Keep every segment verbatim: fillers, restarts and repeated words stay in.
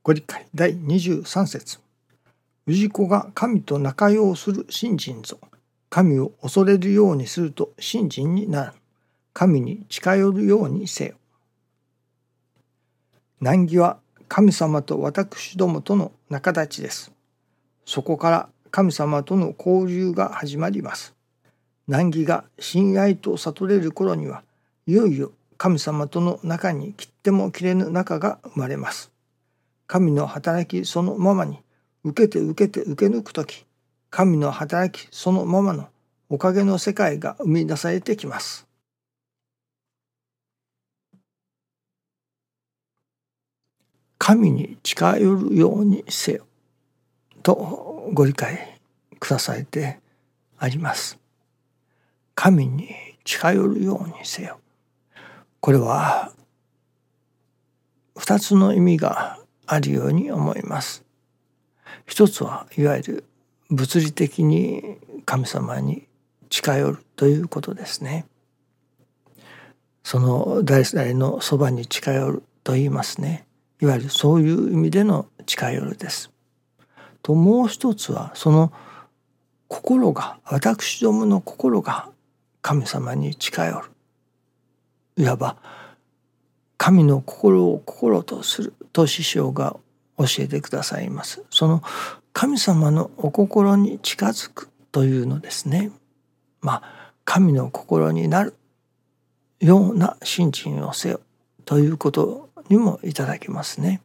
ご理解だいにじゅうさん節。氏子が神と仲良うする信心ぞ。神を恐れるようにすると信心にならぬ。神に近寄るようにせよ。難儀は神様と私どもとの仲立ちです。そこから神様との交流が始まります。難儀が親愛と悟れる頃には、いよいよ神様との中に切っても切れぬ仲が生まれます。神の働きそのままに受けて受けて受け抜くとき、神の働きそのままのおかげの世界が生み出されてきます。神に近寄るようにせよとご理解くだされてあります。神に近寄るようにせよ。これは二つの意味があるように思います。一つはいわゆる物理的に神様に近寄るということですね。その誰々のそばに近寄ると言いますね。いわゆるそういう意味での近寄るです。ともう一つはその心が、私どもの心が神様に近寄る。いわば神の心を心とすると師匠が教えてくださいます。その神様のお心に近づくというのですね。まあ神の心になるような信心をせよということにもいただきますね。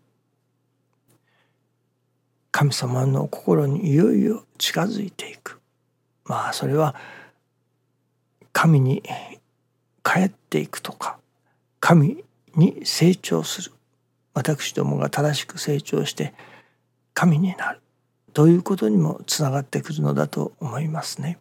神様の心にいよいよ近づいていく。まあそれは神に帰っていくとか、神に成長する。私どもが正しく成長して神になるということにもつながってくるのだと思いますね。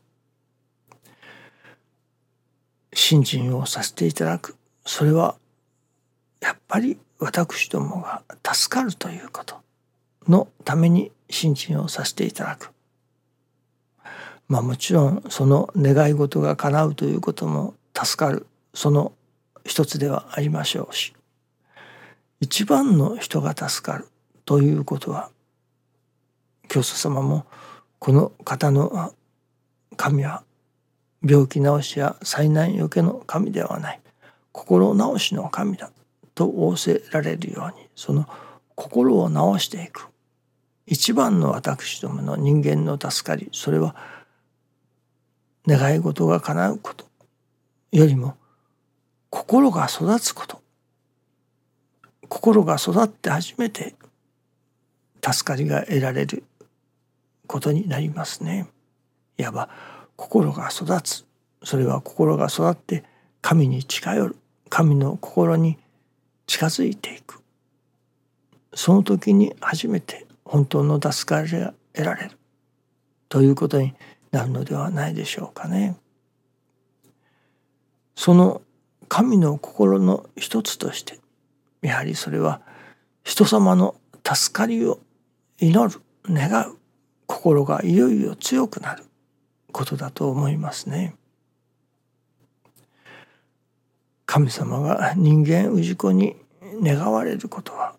信心をさせていただく。それはやっぱり私どもが助かるということのために信心をさせていただく。まあもちろんその願い事が叶うということも助かるその一つではありましょうし、一番の人が助かるということは、教祖様もこの方の神は病気治しや災難よけの神ではない、心治しの神だと仰せられるように、その心を治していく一番の私どもの人間の助かり、それは願い事が叶うことよりも心が育つこと、心が育って初めて助かりが得られることになりますね。いわば心が育つ、それは心が育って神に近寄る、神の心に近づいていく。その時に初めて本当の助かりが得られるということになるのではないでしょうかね。その神の心の一つとして、やはりそれは人様の助かりを祈る、願う心がいよいよ強くなることだと思いますね。神様が人間氏子に願われることは、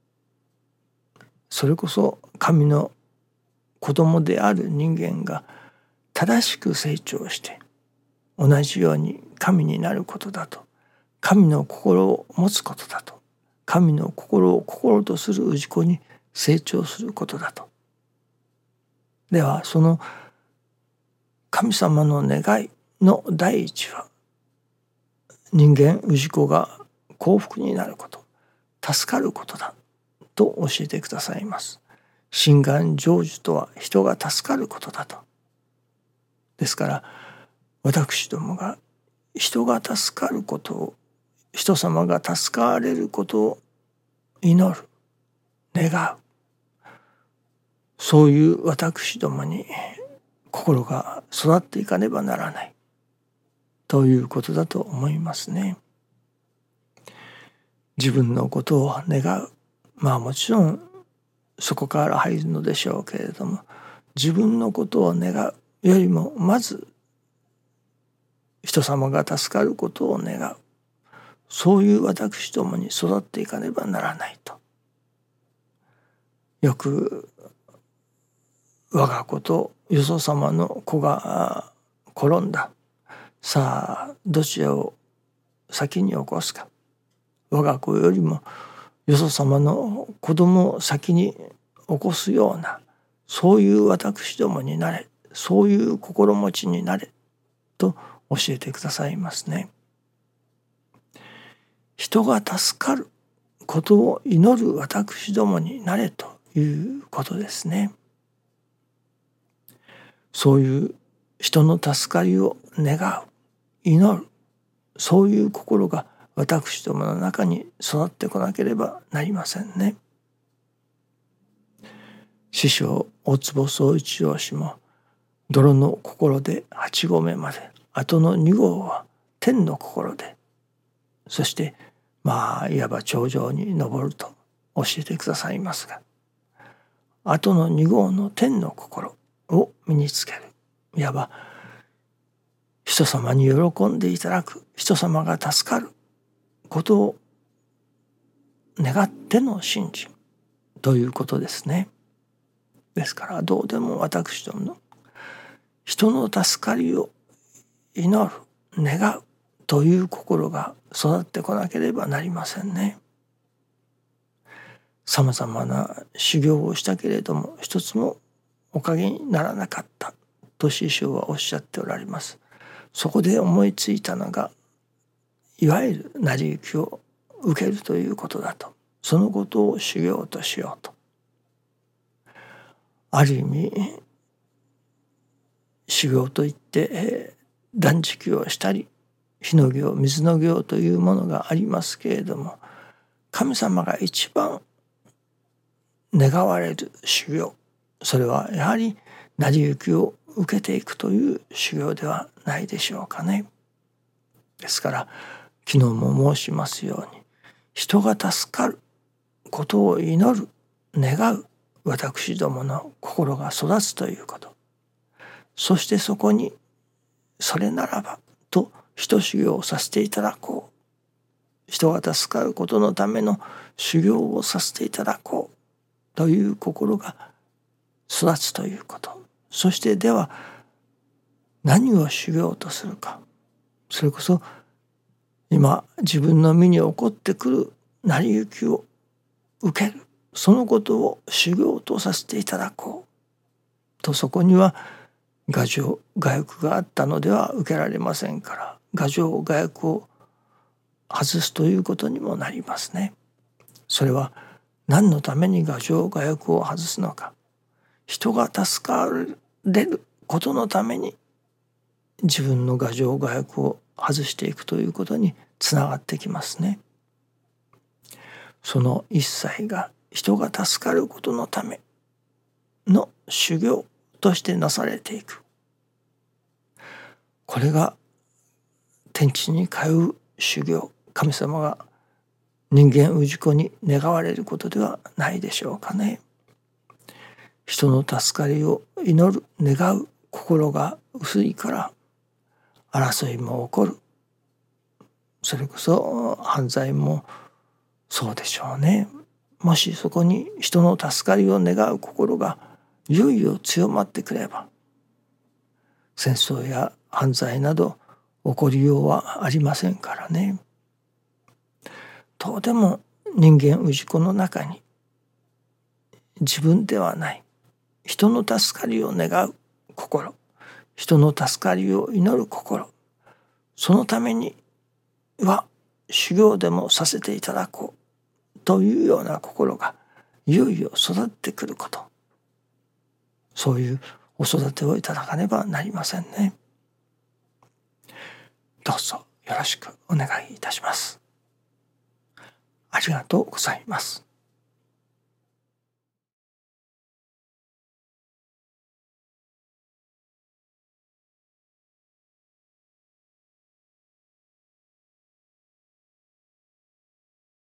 それこそ神の子供である人間が正しく成長して同じように神になることだと、神の心を持つことだと、神の心を心とする氏子に成長することだと。ではその神様の願いの第一は、人間氏子が幸福になること、助かることだと教えてくださいます。心願成就とは人が助かることだと。ですから私どもが人が助かることを、人様が助かれることを祈る、願う、そういう私どもに心が育っていかねばならないということだと思いますね。自分のことを願う、まあもちろんそこから入るのでしょうけれども、自分のことを願うよりもまず人様が助かることを願う、そういう私どもに育っていかねばならないと。 よく我が子とよそ様の子が転んだ。さあどちらを先に起こすか。我が子よりもよそ様の子供を先に起こすような、そういう私どもになれ、そういう心持ちになれと教えてくださいますね。人が助かることを祈る私どもになれということですね。そういう人の助かりを願う、祈る、そういう心が私どもの中に育ってこなければなりませんね。師匠大坪宗一郎氏も泥の心で八合目まで、あとの二号は天の心で、そしてまあいわば頂上に登ると教えてくださいますが、あとの二号の天の心を身につける、いわば人様に喜んでいただく、人様が助かることを願っての信心ということですね。ですからどうでも私どもの人の助かりを祈る、願うという心が育ってこなければなりませんね。さまざまな修行をしたけれども一つもおかげにならなかったと師匠はおっしゃっておられます。そこで思いついたのがいわゆる成り行きを受けるということだと、そのことを修行としようと、ある意味修行といって、えー、断食をしたり火の行水の行というものがありますけれども、神様が一番願われる修行、それはやはり成り行きを受けていくという修行ではないでしょうかね。ですから昨日も申しますように、人が助かることを祈る、願う私どもの心が育つということ、そしてそこにそれならばと人修行をさせていただこう、人が助かることのための修行をさせていただこうという心が育つということ、そしてでは何を修行とするか、それこそ今自分の身に起こってくる成り行きを受ける、そのことを修行とさせていただこうと、そこには牙城牙欲があったのでは受けられませんから、牙城牙欲を外すということにもなりますね。それは何のために牙城牙欲を外すのか、人が助かれることのために自分の牙城牙欲を外していくということにつながってきますね。その一切が人が助かることのための修行としてなされていく、これが天地に通う修行、神様が人間氏子に願われることではないでしょうかね。人の助かりを祈る、願う心が薄いから争いも起こる、それこそ犯罪もそうでしょうね。もしそこに人の助かりを願う心がいよいよ強まってくれば、戦争や犯罪など起こりようはありませんからね。どうでも人間氏子の中に自分ではない人の助かりを願う心、人の助かりを祈る心、そのためには修行でもさせていただこうというような心がいよいよ育ってくること、そういうお育てをいただかねばなりませんね。どうぞよろしくお願いいたします。ありがとうございます。